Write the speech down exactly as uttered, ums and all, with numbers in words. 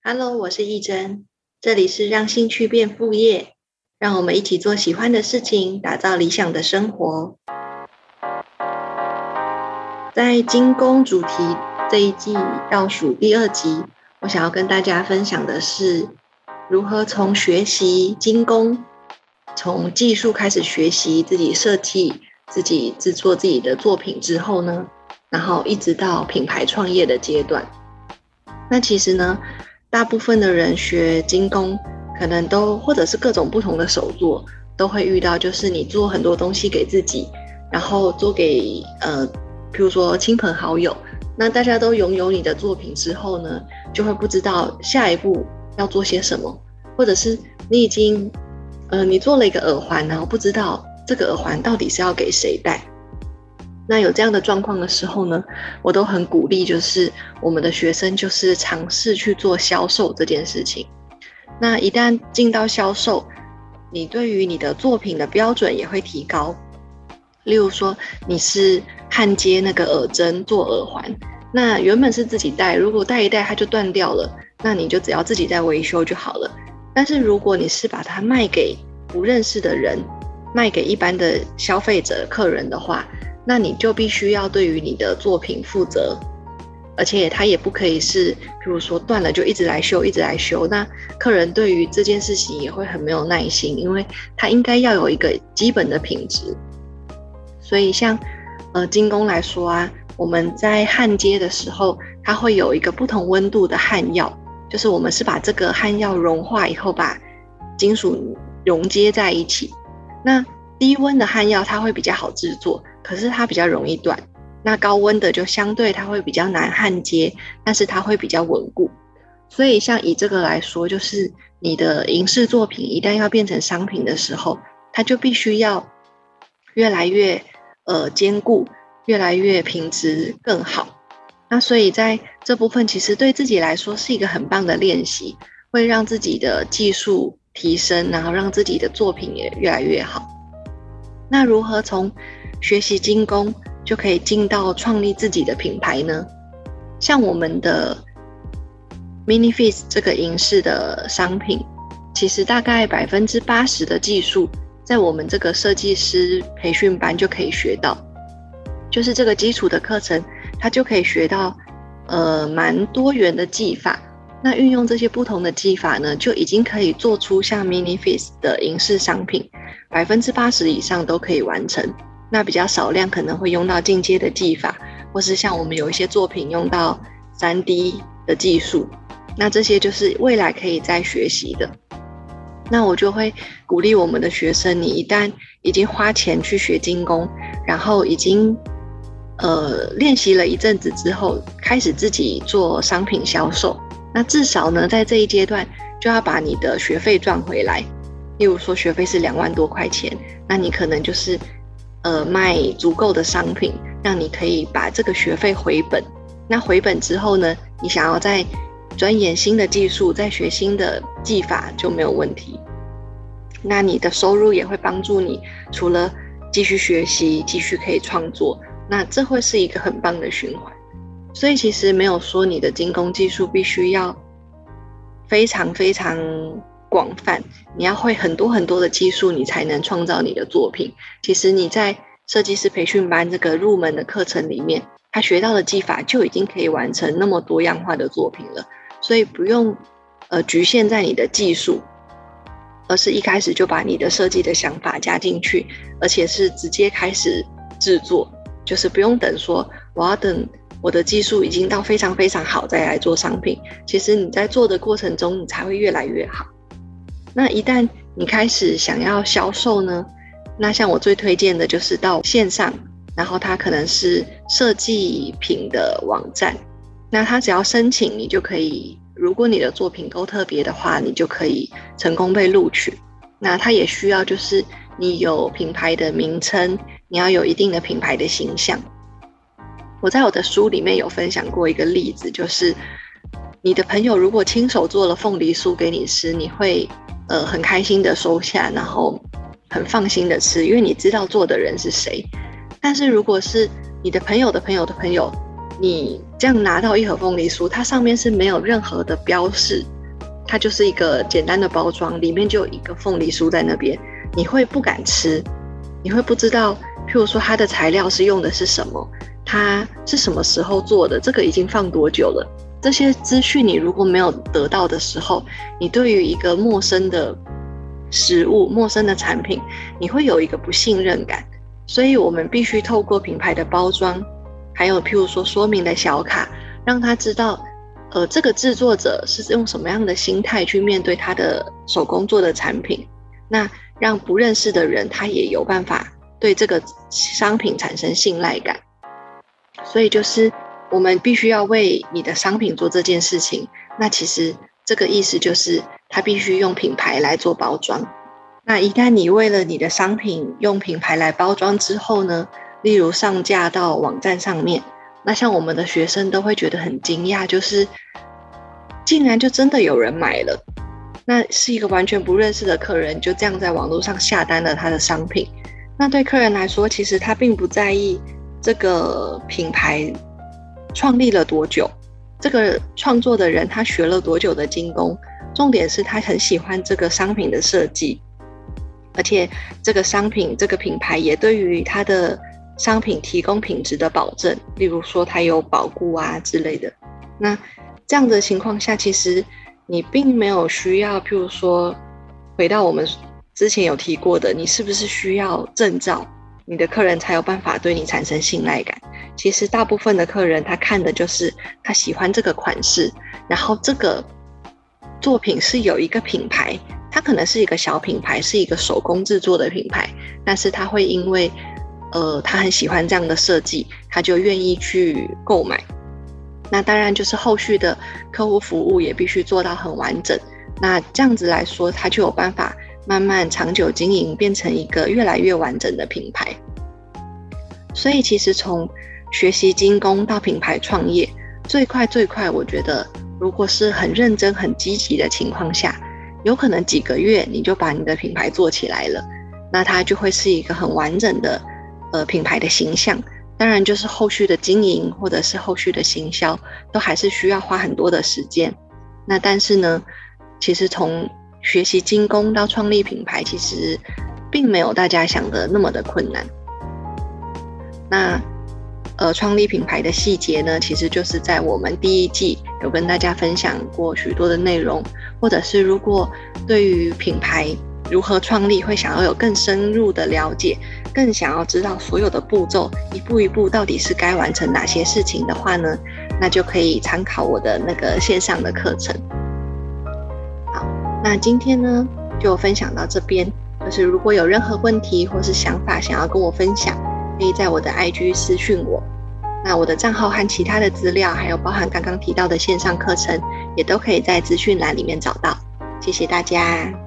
Hello，我是义珍，这里是让兴趣变副业，让我们一起做喜欢的事情，打造理想的生活。在精工主题这一季倒数第二集，我想要跟大家分享的是如何从学习精工，从技术开始学习自己设计、自己制作自己的作品之后呢，然后一直到品牌创业的阶段。那其实呢，大部分的人学精工，可能都或者是各种不同的手作，都会遇到，就是你做很多东西给自己，然后做给呃，譬如说亲朋好友，那大家都拥有你的作品之后呢，就会不知道下一步要做些什么，或者是你已经呃，你做了一个耳环，然后不知道这个耳环到底是要给谁戴。那有这样的状况的时候呢，我都很鼓励，就是我们的学生就是尝试去做销售这件事情。那一旦进到销售，你对于你的作品的标准也会提高。例如说，你是焊接那个耳针做耳环，那原本是自己戴，如果戴一戴它就断掉了，那你就只要自己再维修就好了。但是如果你是把它卖给不认识的人，卖给一般的消费者客人的话，那你就必须要对于你的作品负责，而且它也不可以是譬如说断了就一直来修一直来修，那客人对于这件事情也会很没有耐心，因为它应该要有一个基本的品质。所以像呃精工来说啊，我们在焊接的时候，它会有一个不同温度的焊药，就是我们是把这个焊药融化以后，把金属溶接在一起。那低温的焊药它会比较好制作，可是它比较容易断。那高温的就相对它会比较难焊接，但是它会比较稳固。所以像以这个来说，就是你的影视作品一旦要变成商品的时候，它就必须要越来越呃坚固，越来越品质更好。那所以在这部分其实对自己来说是一个很棒的练习，会让自己的技术提升，然后让自己的作品也越来越好。那如何从学习精工就可以进到创立自己的品牌呢？像我们的 Mini-Face 这个银饰的商品，其实大概 百分之八十 的技术在我们这个设计师培训班就可以学到，就是这个基础的课程，它就可以学到呃蛮多元的技法。那运用这些不同的技法呢，就已经可以做出像 Mini-Face 的银饰商品， 百分之八十 以上都可以完成。那比较少量可能会用到进阶的技法，或是像我们有一些作品用到 三 D 的技术，那这些就是未来可以再学习的。那我就会鼓励我们的学生，你一旦已经花钱去学精工，然后已经呃练习了一阵子之后，开始自己做商品销售，那至少呢在这一阶段就要把你的学费赚回来。例如说学费是两万多块钱，那你可能就是呃卖足够的商品，让你可以把这个学费回本。那回本之后呢，你想要再钻研新的技术，再学新的技法就没有问题。那你的收入也会帮助你，除了继续学习，继续可以创作，那这会是一个很棒的循环。所以其实没有说你的精工技术必须要非常非常广泛，你要会很多很多的技术，你才能创造你的作品。其实你在设计师培训班这个入门的课程里面，他学到的技法就已经可以完成那么多样化的作品了，所以不用呃局限在你的技术，而是一开始就把你的设计的想法加进去，而且是直接开始制作，就是不用等说我要等我的技术已经到非常非常好再来做商品。其实你在做的过程中，你才会越来越好。那一旦你开始想要销售呢，那像我最推荐的就是到线上，然后它可能是设计品的网站，那它只要申请，你就可以，如果你的作品够特别的话，你就可以成功被录取。那它也需要就是你有品牌的名称，你要有一定的品牌的形象。我在我的书里面有分享过一个例子，就是你的朋友如果亲手做了凤梨酥给你吃，你会呃很开心的收下，然后很放心的吃，因为你知道做的人是谁。但是如果是你的朋友的朋友的朋友，你这样拿到一盒凤梨酥，它上面是没有任何的标示， 它就是一个简单的包装，里面就有一个凤梨酥在那边，你会不敢吃，你会不知道，譬如说它的材料是用的是什么，它是什么时候做的，这个已经放多久了。这些资讯你如果没有得到的时候，你对于一个陌生的食物、陌生的产品，你会有一个不信任感。所以我们必须透过品牌的包装，还有譬如说说明的小卡，让他知道呃，这个制作者是用什么样的心态去面对他的手工做的产品，那让不认识的人他也有办法对这个商品产生信赖感。所以就是我们必须要为你的商品做这件事情，那其实这个意思就是他必须用品牌来做包装。那一旦你为了你的商品用品牌来包装之后呢，例如上架到网站上面，那像我们的学生都会觉得很惊讶，就是竟然就真的有人买了，那是一个完全不认识的客人就这样在网络上下单了他的商品。那对客人来说，其实他并不在意这个品牌创立了多久，这个创作的人他学了多久的精工，重点是他很喜欢这个商品的设计，而且这个商品这个品牌也对于他的商品提供品质的保证，例如说它有保固啊之类的。那这样的情况下，其实你并没有需要，譬如说回到我们之前有提过的，你是不是需要证照，你的客人才有办法对你产生信赖感。其实大部分的客人他看的就是他喜欢这个款式，然后这个作品是有一个品牌，它可能是一个小品牌，是一个手工制作的品牌，但是他会因为呃，他很喜欢这样的设计，他就愿意去购买。那当然就是后续的客户服务也必须做到很完整，那这样子来说，他就有办法慢慢长久经营，变成一个越来越完整的品牌。所以其实从学习精工到品牌创业，最快最快我觉得如果是很认真很积极的情况下，有可能几个月你就把你的品牌做起来了，那它就会是一个很完整的呃品牌的形象。当然就是后续的经营或者是后续的行销都还是需要花很多的时间。那但是呢，其实从学习精工到创立品牌，其实并没有大家想的那么的困难。那呃，创立品牌的细节呢，其实就是在我们第一季有跟大家分享过许多的内容，或者是如果对于品牌如何创立会想要有更深入的了解，更想要知道所有的步骤一步一步到底是该完成哪些事情的话呢，那就可以参考我的那个线上的课程。好，那今天呢就分享到这边，就是如果有任何问题或是想法想要跟我分享，可以在我的 I G 私讯我。那我的账号和其他的资料，还有包含刚刚提到的线上课程，也都可以在资讯栏里面找到。谢谢大家。